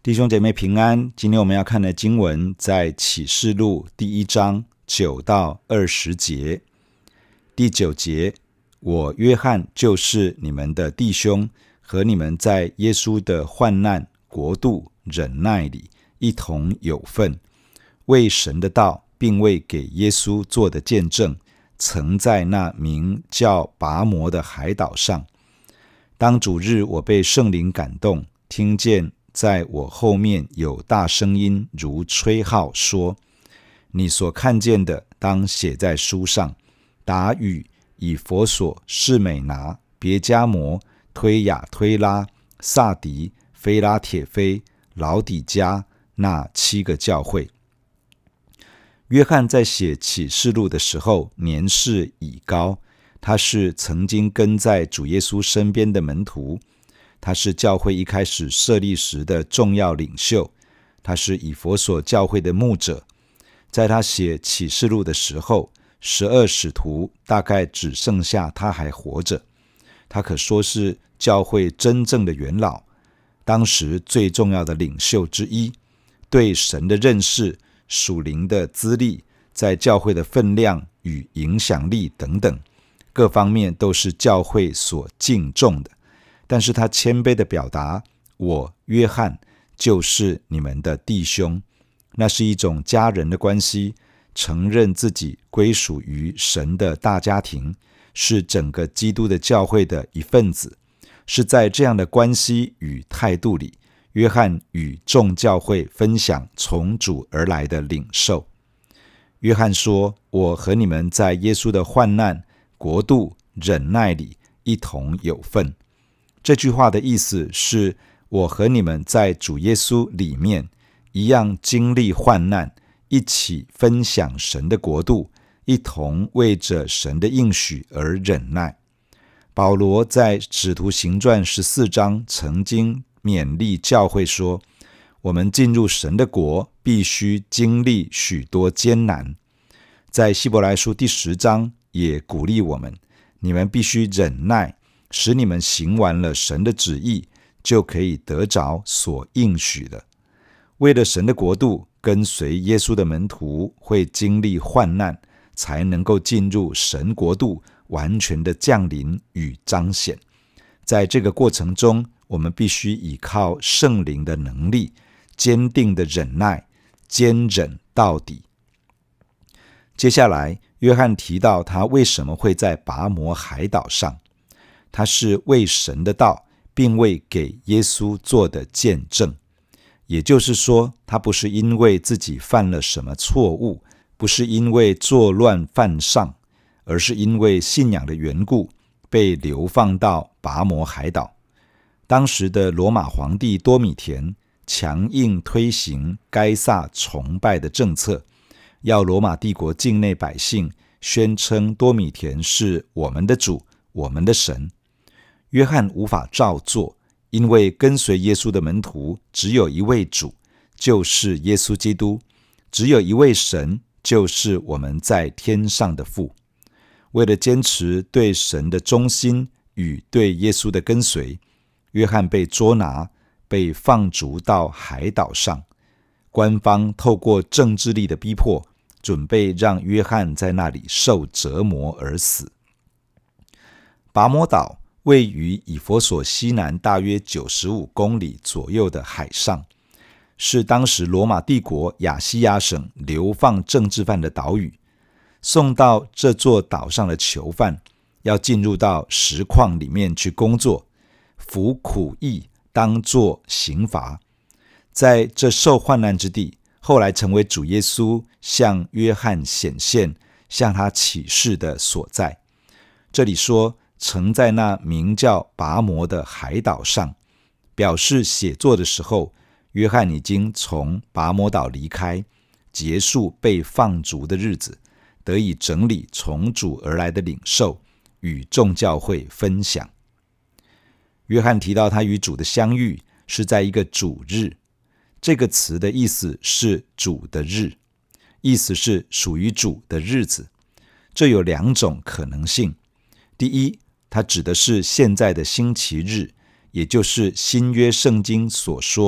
弟兄姐妹平安，今天我们要看的经文在启示录第1章9到20节。第9节，我约翰就是你们的弟兄，和你们在耶稣的患难、国度、忍耐里一同有份，为神的道并为给耶稣做的见证，曾在那名叫拔摩的海岛上。当主日，我被圣灵感动，听见在我后面有大声音如吹号说，你所看见的当写在书上，达与以弗所、士美拿、别迦摩、推雅推拉、撒狄、非拉铁非、老底嘉那7个教会。约翰在写启示录的时候年事已高，他是曾经跟在主耶稣身边的门徒，他是教会一开始设立时的重要领袖，他是以弗所教会的牧者。在他写启示录的时候，12使徒大概只剩下他还活着，他可说是教会真正的元老，当时最重要的领袖之一，对神的认识、属灵的资历，在教会的分量与影响力等等各方面都是教会所敬重的。但是他谦卑的表达，我约翰就是你们的弟兄，那是一种家人的关系，承认自己归属于神的大家庭，是整个基督的教会的一份子。是在这样的关系与态度里，约翰与众教会分享从主而来的领受。约翰说，我和你们在耶稣的患难、国度、忍耐里一同有份。这句话的意思是，我和你们在主耶稣里面一样经历患难，一起分享神的国度，一同为着神的应许而忍耐。保罗在使徒行传14章曾经勉励教会说，我们进入神的国必须经历许多艰难。在希伯来书第10章也鼓励我们，你们必须忍耐，使你们行完了神的旨意，就可以得着所应许的。为了神的国度，跟随耶稣的门徒会经历患难，才能够进入神国度完全的降临与彰显。在这个过程中，我们必须依靠圣灵的能力，坚定的忍耐，坚忍到底。接下来，约翰提到他为什么会在拔摩海岛上，他是为神的道并为给耶稣做的见证。也就是说，他不是因为自己犯了什么错误，不是因为作乱犯上，而是因为信仰的缘故被流放到拔摩海岛。当时的罗马皇帝多米田强硬推行该撒崇拜的政策，要罗马帝国境内百姓宣称多米田是我们的主，我们的神。约翰无法照做，因为跟随耶稣的门徒只有一位主，就是耶稣基督，只有一位神，就是我们在天上的父。为了坚持对神的忠心与对耶稣的跟随，约翰被捉拿，被放逐到海岛上。官方透过政治力的逼迫，准备让约翰在那里受折磨而死。拔摩岛位于以弗所西南大约95公里左右的海上，是当时罗马帝国亚细亚省流放政治犯的岛屿。送到这座岛上的囚犯要进入到石矿里面去工作，服苦役当作刑罚。在这受患难之地，后来成为主耶稣向约翰显现、向他启示的所在。这里说曾在那名叫拔摩的海岛上，表示写作的时候，约翰已经从拔摩岛离开，结束被放逐的日子，得以整理从主而来的领受，与众教会分享。约翰提到他与主的相遇是在一个主日，这个词的意思是主的日，意思是属于主的日子。这有2种可能性。第一，它指的是现在的星期日，也就是新约圣经所说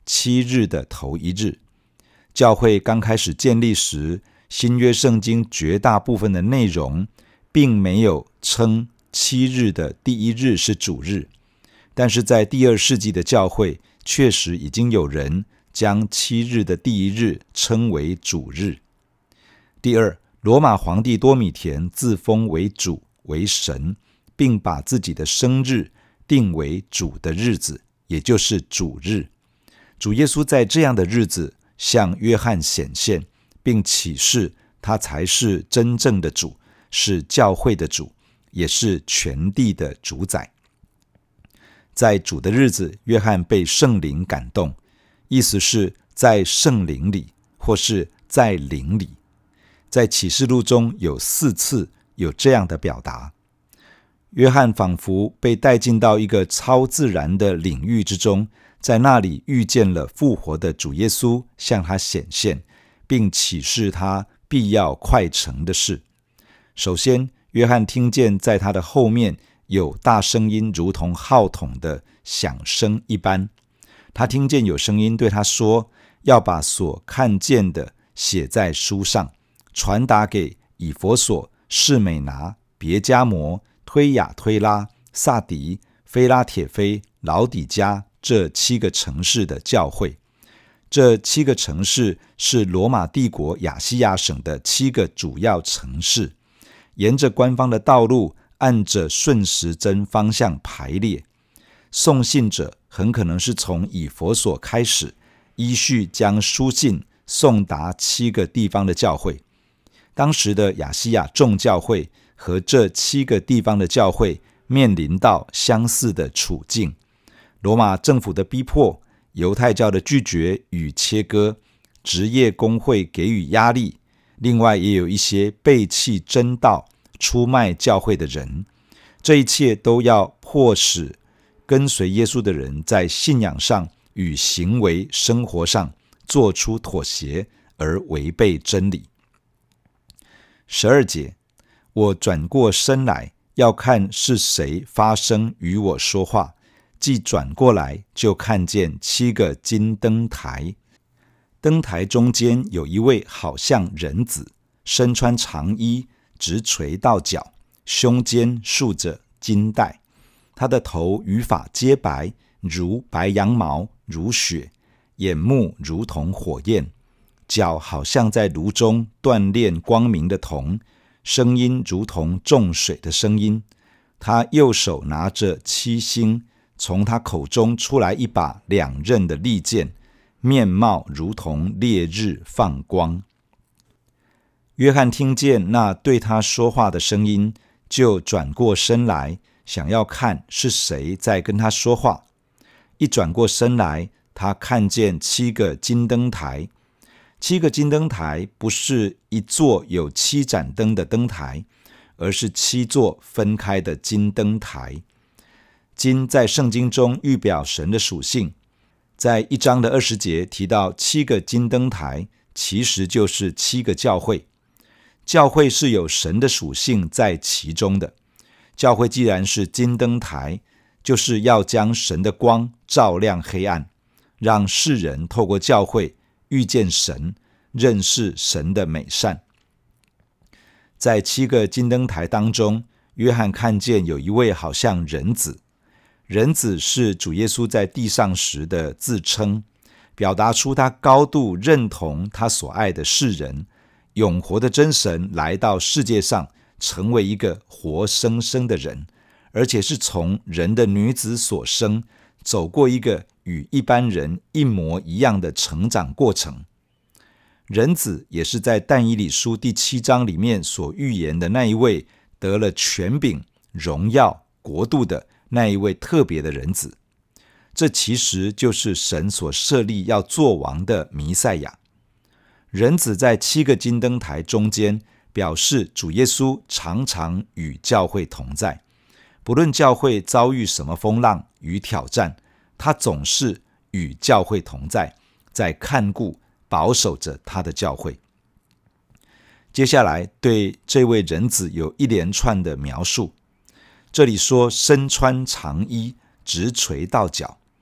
7日的头一日。教会刚开始建立时，新约圣经绝大部分的内容并没有称7日的第一日是主日，但是在第2世纪的教会，确实已经有人将7日的第一日称为主日。第二，罗马皇帝多米田自封为主为神，并把自己的生日定为主的日子，也就是主日。主耶稣在这样的日子向约翰显现，并启示他才是真正的主，是教会的主，也是全地的主宰。在主的日子，约翰被圣灵感动，意思是在圣灵里，或是在灵里。在启示录中有4次有这样的表达。约翰仿佛被带进到一个超自然的领域之中，在那里遇见了复活的主耶稣，向他显现，并启示他必要快成的事。首先，约翰听见在他的后面有大声音，如同号筒的响声一般。他听见有声音对他说，要把所看见的写在书上，传达给以弗所、士美拿、别迦摩、推雅推拉、撒狄、非拉铁非、老底嘉这7个城市的教会。这7个城市是罗马帝国亚细亚省的7个主要城市，沿着官方的道路，按着顺时针方向排列。送信者很可能是从以弗所开始，依序将书信送达7个地方的教会。当时的亚细亚众教会和这7个地方的教会面临到相似的处境：罗马政府的逼迫，犹太教的拒绝与切割，职业工会给予压力，另外也有一些背弃真道、出卖教会的人。这一切都要迫使跟随耶稣的人在信仰上与行为生活上做出妥协，而违背真理。12节，我转过身来，要看是谁发声与我说话，既转过来，就看见7个金灯台，灯台中间有一位好像人子，身穿长衣，直垂到脚，胸间束着金带。他的头与发皆白，如白羊毛，如雪，眼目如同火焰，脚好像在炉中锻炼光明的铜，声音如同众水的声音。他右手拿着7星，从他口中出来一把2刃的利剑，面貌如同烈日放光。约翰听见那对他说话的声音，就转过身来，想要看是谁在跟他说话。一转过身来，他看见7个金灯台。7个金灯台不是一座有7盏灯的灯台，而是7座分开的金灯台。金在圣经中预表神的属性，在1章的20节提到7个金灯台，其实就是7个教会。教会是有神的属性在其中的。教会既然是金灯台，就是要将神的光照亮黑暗，让世人透过教会遇见神，认识神的美善。在7个金灯台当中，约翰看见有一位好像人子。人子是主耶稣在地上时的自称，表达出他高度认同他所爱的世人，永活的真神来到世界上，成为一个活生生的人，而且是从人的女子所生，走过一个与一般人一模一样的成长过程。人子也是在但以理书第7章里面所预言的那一位得了权柄、荣耀、国度的那一位特别的人子。这其实就是神所设立要做王的弥赛亚。人子在7个金灯台中间，表示主耶稣常常与教会同在，不论教会遭遇什么风浪与挑战，他总是与教会同在，在看顾保守着他的教会。接下来对这位人子有一连串的描述。这里说身穿长衣，直垂到脚。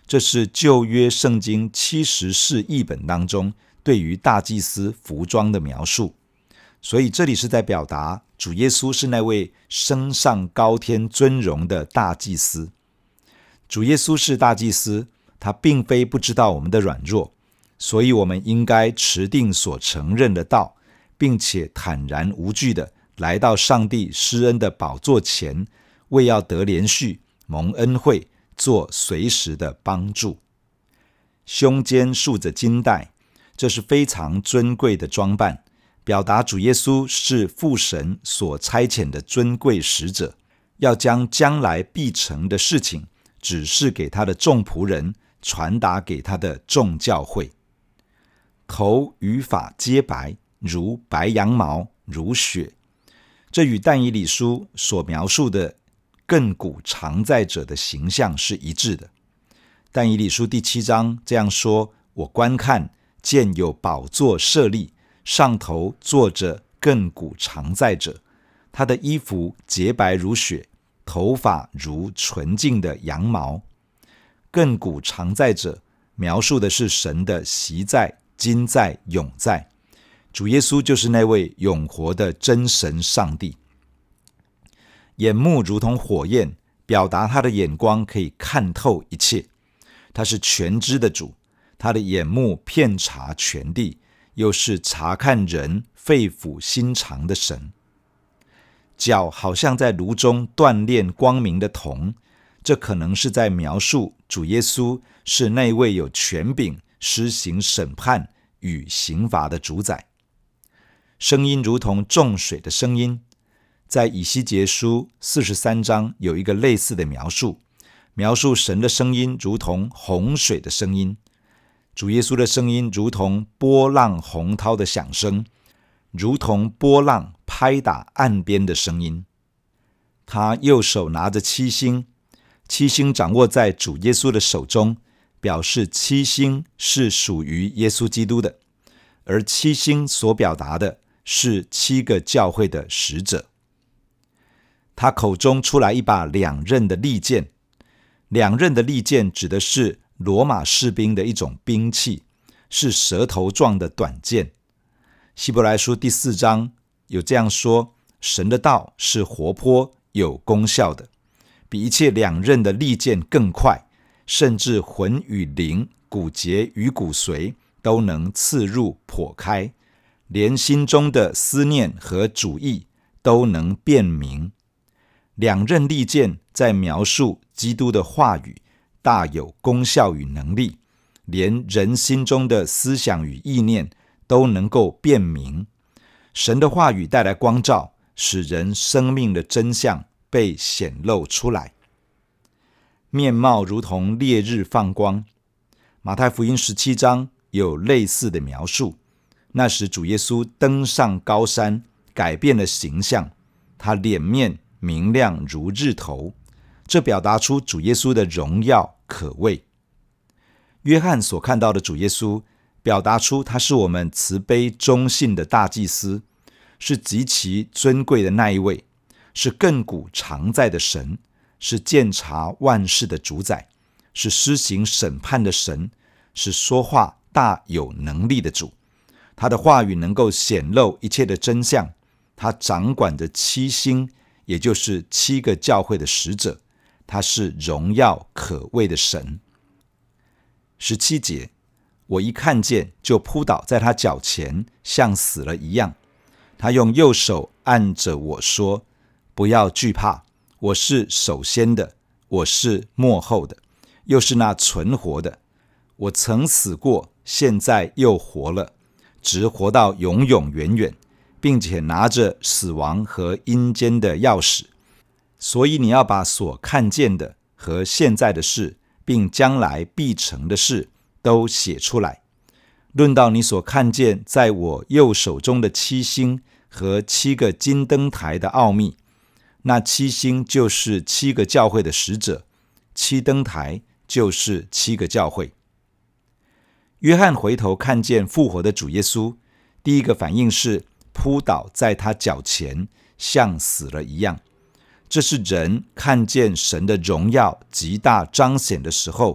这是旧约圣经70士译本当中对于大祭司服装的描述。所以这里是在表达主耶稣是那位升上高天尊荣的大祭司。主耶稣是大祭司，他并非不知道我们的软弱，所以我们应该持定所承认的道，并且坦然无惧的来到上帝施恩的宝座前，为要得连续蒙恩惠，做随时的帮助。胸间束着金带，这是非常尊贵的装扮，表达主耶稣是父神所差遣的尊贵使者，要将将来必成的事情指示给他的众仆人，传达给他的众教会。头与发皆白，如白羊毛，如雪。这与但以理书所描述的亘古常在者的形象是一致的。但以理书第7章这样说：我观看，见有宝座设立，上头坐着亘古常在者，他的衣服洁白如雪，头发如纯净的羊毛。亘古常在者描述的是神的习在、今在、永在。主耶稣就是那位永活的真神上帝。眼目如同火焰，表达他的眼光可以看透一切。他是全知的主，他的眼目遍察全地，又是察看人肺腑心肠的神。脚好像在炉中锻炼光明的铜，这可能是在描述主耶稣是那位有权柄施行审判与刑罚的主宰。声音如同众水的声音，在以西结书43章有一个类似的描述，描述神的声音如同洪水的声音。主耶稣的声音如同波浪洪涛的响声，如同波浪拍打岸边的声音。他右手拿着7星，七星掌握在主耶稣的手中，表示七星是属于耶稣基督的，而七星所表达的是7个教会的使者。他口中出来一把2刃的利剑，2刃的利剑指的是罗马士兵的一种兵器，是舌头状的短剑。希伯来书第4章有这样说：神的道是活泼有功效的，比一切2刃的利剑更快，甚至魂与灵、骨节与骨髓都能刺入剖开，连心中的思念和主意都能辨明。2刃利剑在描述基督的话语大有功效与能力，连人心中的思想与意念都能够辨明。神的话语带来光照，使人生命的真相被显露出来。面貌如同烈日放光。马太福音17章有类似的描述，那时主耶稣登上高山，改变了形象，他脸面明亮如日头，这表达出主耶稣的荣耀可畏。约翰所看到的主耶稣，表达出他是我们慈悲忠信的大祭司，是极其尊贵的那一位，是亘古常在的神，是鉴察万事的主宰，是施行审判的神，是说话大有能力的主。他的话语能够显露一切的真相，他掌管着7星，也就是7个教会的使者，他是荣耀可畏的神。17节，我一看见就扑倒在他脚前，像死了一样。他用右手按着我说：不要惧怕，我是首先的，我是末后的，又是那存活的。我曾死过，现在又活了，直活到永永远远，并且拿着死亡和阴间的钥匙。所以你要把所看见的和现在的事，并将来必成的事都写出来。论到你所看见在我右手中的7星和7个金灯台的奥秘，那7星就是7个教会的使者，7灯台就是7个教会。约翰回头看见复活的主耶稣，第一个反应是扑倒在他脚前，像死了一样。这是人看见神的荣耀极大彰显的时候，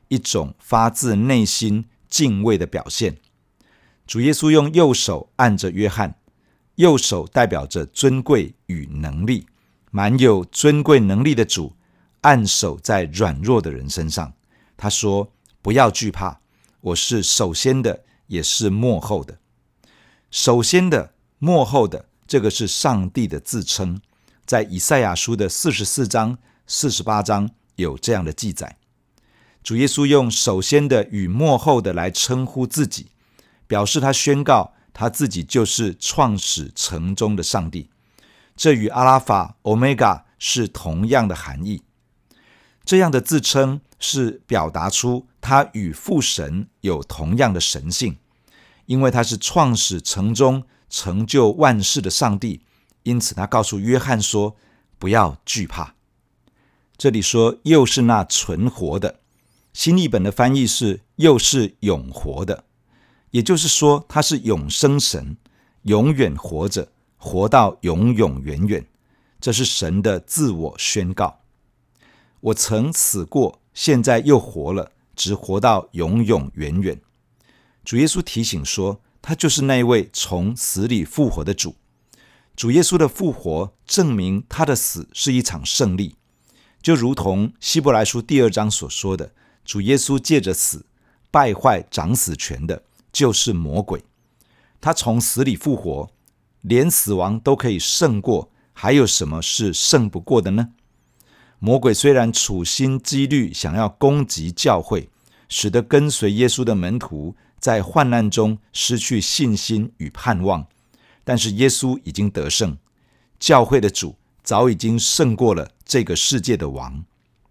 一种发自内心敬畏的表现。主耶稣用右手按着约翰，右手代表着尊贵与能力，满有尊贵能力的主按手在软弱的人身上。他说，不要惧怕，我是首先的，也是末后的。首先的，末后的，这个是上帝的自称，在以赛亚书的44章、48章有这样的记载。主耶稣用首先的与末后的来称呼自己，表示他宣告他自己就是创始成终的上帝。这与阿拉法、欧米伽是同样的含义。这样的自称是表达出他与父神有同样的神性，因为他是创始成终、成就万事的上帝，因此他告诉约翰说，不要惧怕。这里说又是那存活的，新译本的翻译是又是永活的，也就是说他是永生神，永远活着，活到永永远远。这是神的自我宣告。我曾死过，现在又活了，直活到永永远远。主耶稣提醒说，他就是那位从死里复活的主。主耶稣的复活证明他的死是一场胜利，就如同希伯来书第2章所说的，主耶稣借着死败坏掌死权的就是魔鬼。他从死里复活，连死亡都可以胜过，还有什么是胜不过的呢？魔鬼虽然处心积虑想要攻击教会，使得跟随耶稣的门徒在患难中失去信心与盼望，但是耶稣已经得胜，教会的主早已经胜过了这个世界的王。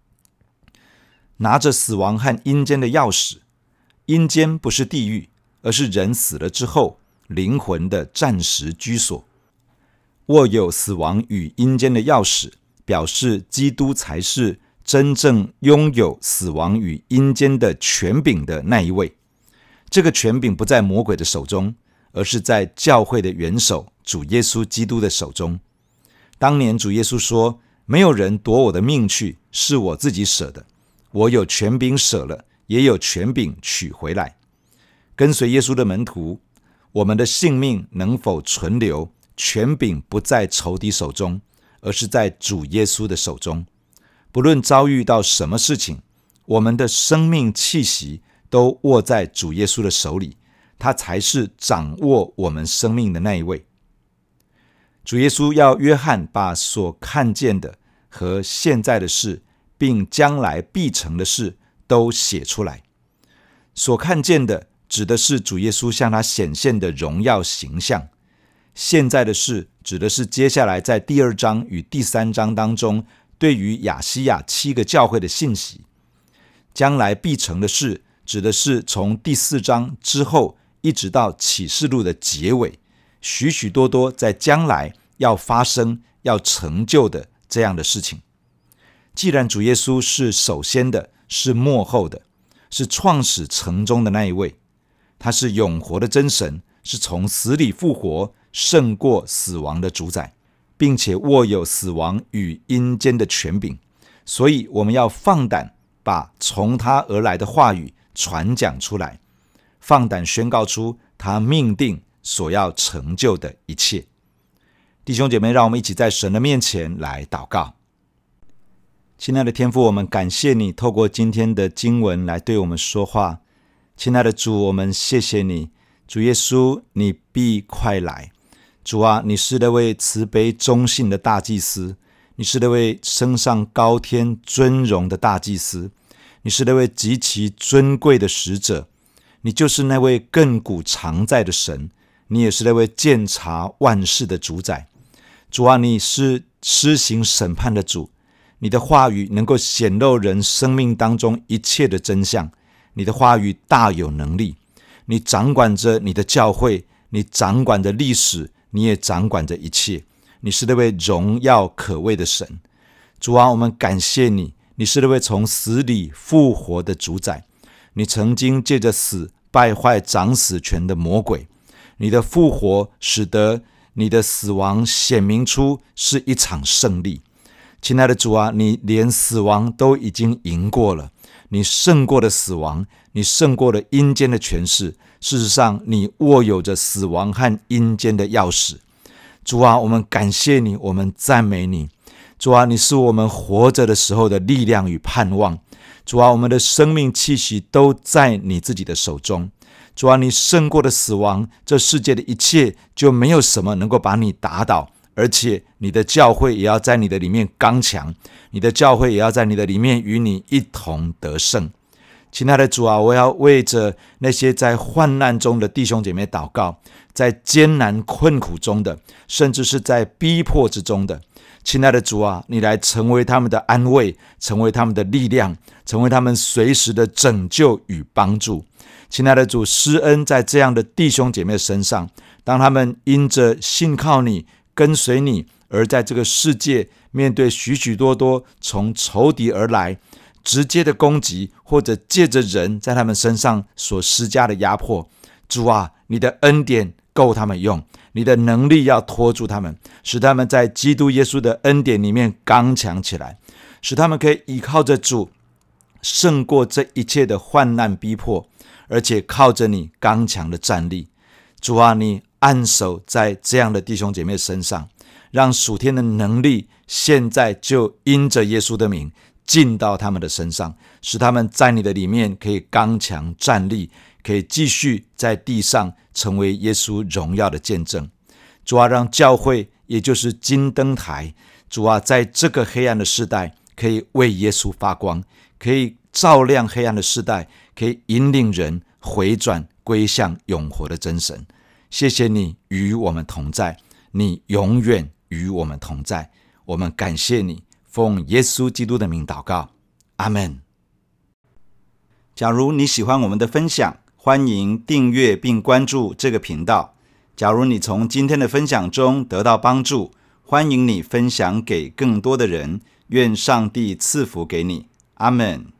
拿着死亡和阴间的钥匙，阴间不是地狱，而是人死了之后灵魂的暂时居所。握有死亡与阴间的钥匙，表示基督才是真正拥有死亡与阴间的权柄的那一位。这个权柄不在魔鬼的手中，而是在教会的元首主耶稣基督的手中。当年主耶稣说，没有人夺我的命去，是我自己舍的，我有权柄舍了，也有权柄取回来。跟随耶稣的门徒，我们的性命能否存留，权柄不在仇敌手中，而是在主耶稣的手中。不论遭遇到什么事情，我们的生命气息都握在主耶稣的手里，他才是掌握我们生命的那一位。主耶稣要约翰把所看见的和现在的事，并将来必成的事都写出来。所看见的指的是主耶稣向他显现的荣耀形象，现在的事指的是接下来在第2章与第3章当中对于亚西亚7个教会的信息。将来必成的事指的是从第4章之后一直到启示录的结尾，许许多多在将来要发生要成就的这样的事情。既然主耶稣是首先的，是末后的，是创始成终的那一位，他是永活的真神，是从死里复活，胜过死亡的主宰，并且握有死亡与阴间的权柄，所以我们要放胆把从他而来的话语传讲出来，放胆宣告出他命定所要成就的一切。弟兄姐妹，让我们一起在神的面前来祷告。亲爱的天父，我们感谢你透过今天的经文来对我们说话。亲爱的主，我们谢谢你，主耶稣，你必快来。主啊，你是那位慈悲忠信的大祭司，你是那位升上高天尊荣的大祭司，你是那位极其尊贵的使者，你就是那位亘古常在的神，你也是那位鉴察万事的主宰。主啊，你是施行审判的主，你的话语能够显露人生命当中一切的真相，你的话语大有能力，你掌管着你的教会，你掌管着历史，你也掌管着一切，你是那位荣耀可畏的神。主啊，我们感谢你，你是那位从死里复活的主宰，你曾经借着死败坏掌死权的魔鬼，你的复活使得你的死亡显明出是一场胜利。亲爱的主啊，你连死亡都已经赢过了， 你胜过了死亡，你胜过了阴间的权势。事实上，你握有着死亡和阴间的钥匙。主啊，我们感谢你，我们赞美你。主啊，你是我们活着的时候的力量与盼望。主啊，我们的生命气息都在你自己的手中。主啊，你胜过了死亡，这世界的一切就没有什么能够把你打倒，而且你的教会也要在你的里面刚强，你的教会也要在你的里面与你一同得胜。亲爱的主啊，我要为着那些在患难中的弟兄姐妹祷告，在艰难困苦中的，甚至是在逼迫之中的。亲爱的主啊，你来成为他们的安慰，成为他们的力量，成为他们随时的拯救与帮助。亲爱的主，施恩在这样的弟兄姐妹身上，当他们因着信靠你，跟随你，而在这个世界面对许许多多从仇敌而来直接的攻击，或者借着人在他们身上所施加的压迫，主啊，你的恩典够他们用，你的能力要拖住他们，使他们在基督耶稣的恩典里面刚强起来，使他们可以依靠着主胜过这一切的患难逼迫，而且靠着你刚强的站立。主啊，你按手在这样的弟兄姐妹身上，让属天的能力现在就因着耶稣的名进到他们的身上，使他们在你的里面可以刚强站立，可以继续在地上成为耶稣荣耀的见证。主啊，让教会也就是金灯台，主啊，在这个黑暗的世代可以为耶稣发光，可以照亮黑暗的世代，可以引领人回转归向永活的真神。谢谢你与我们同在，你永远与我们同在。我们感谢你，奉耶稣基督的名祷告，阿们。假如你喜欢我们的分享，欢迎订阅并关注这个频道。假如你从今天的分享中得到帮助，欢迎你分享给更多的人。愿上帝赐福给你，阿们。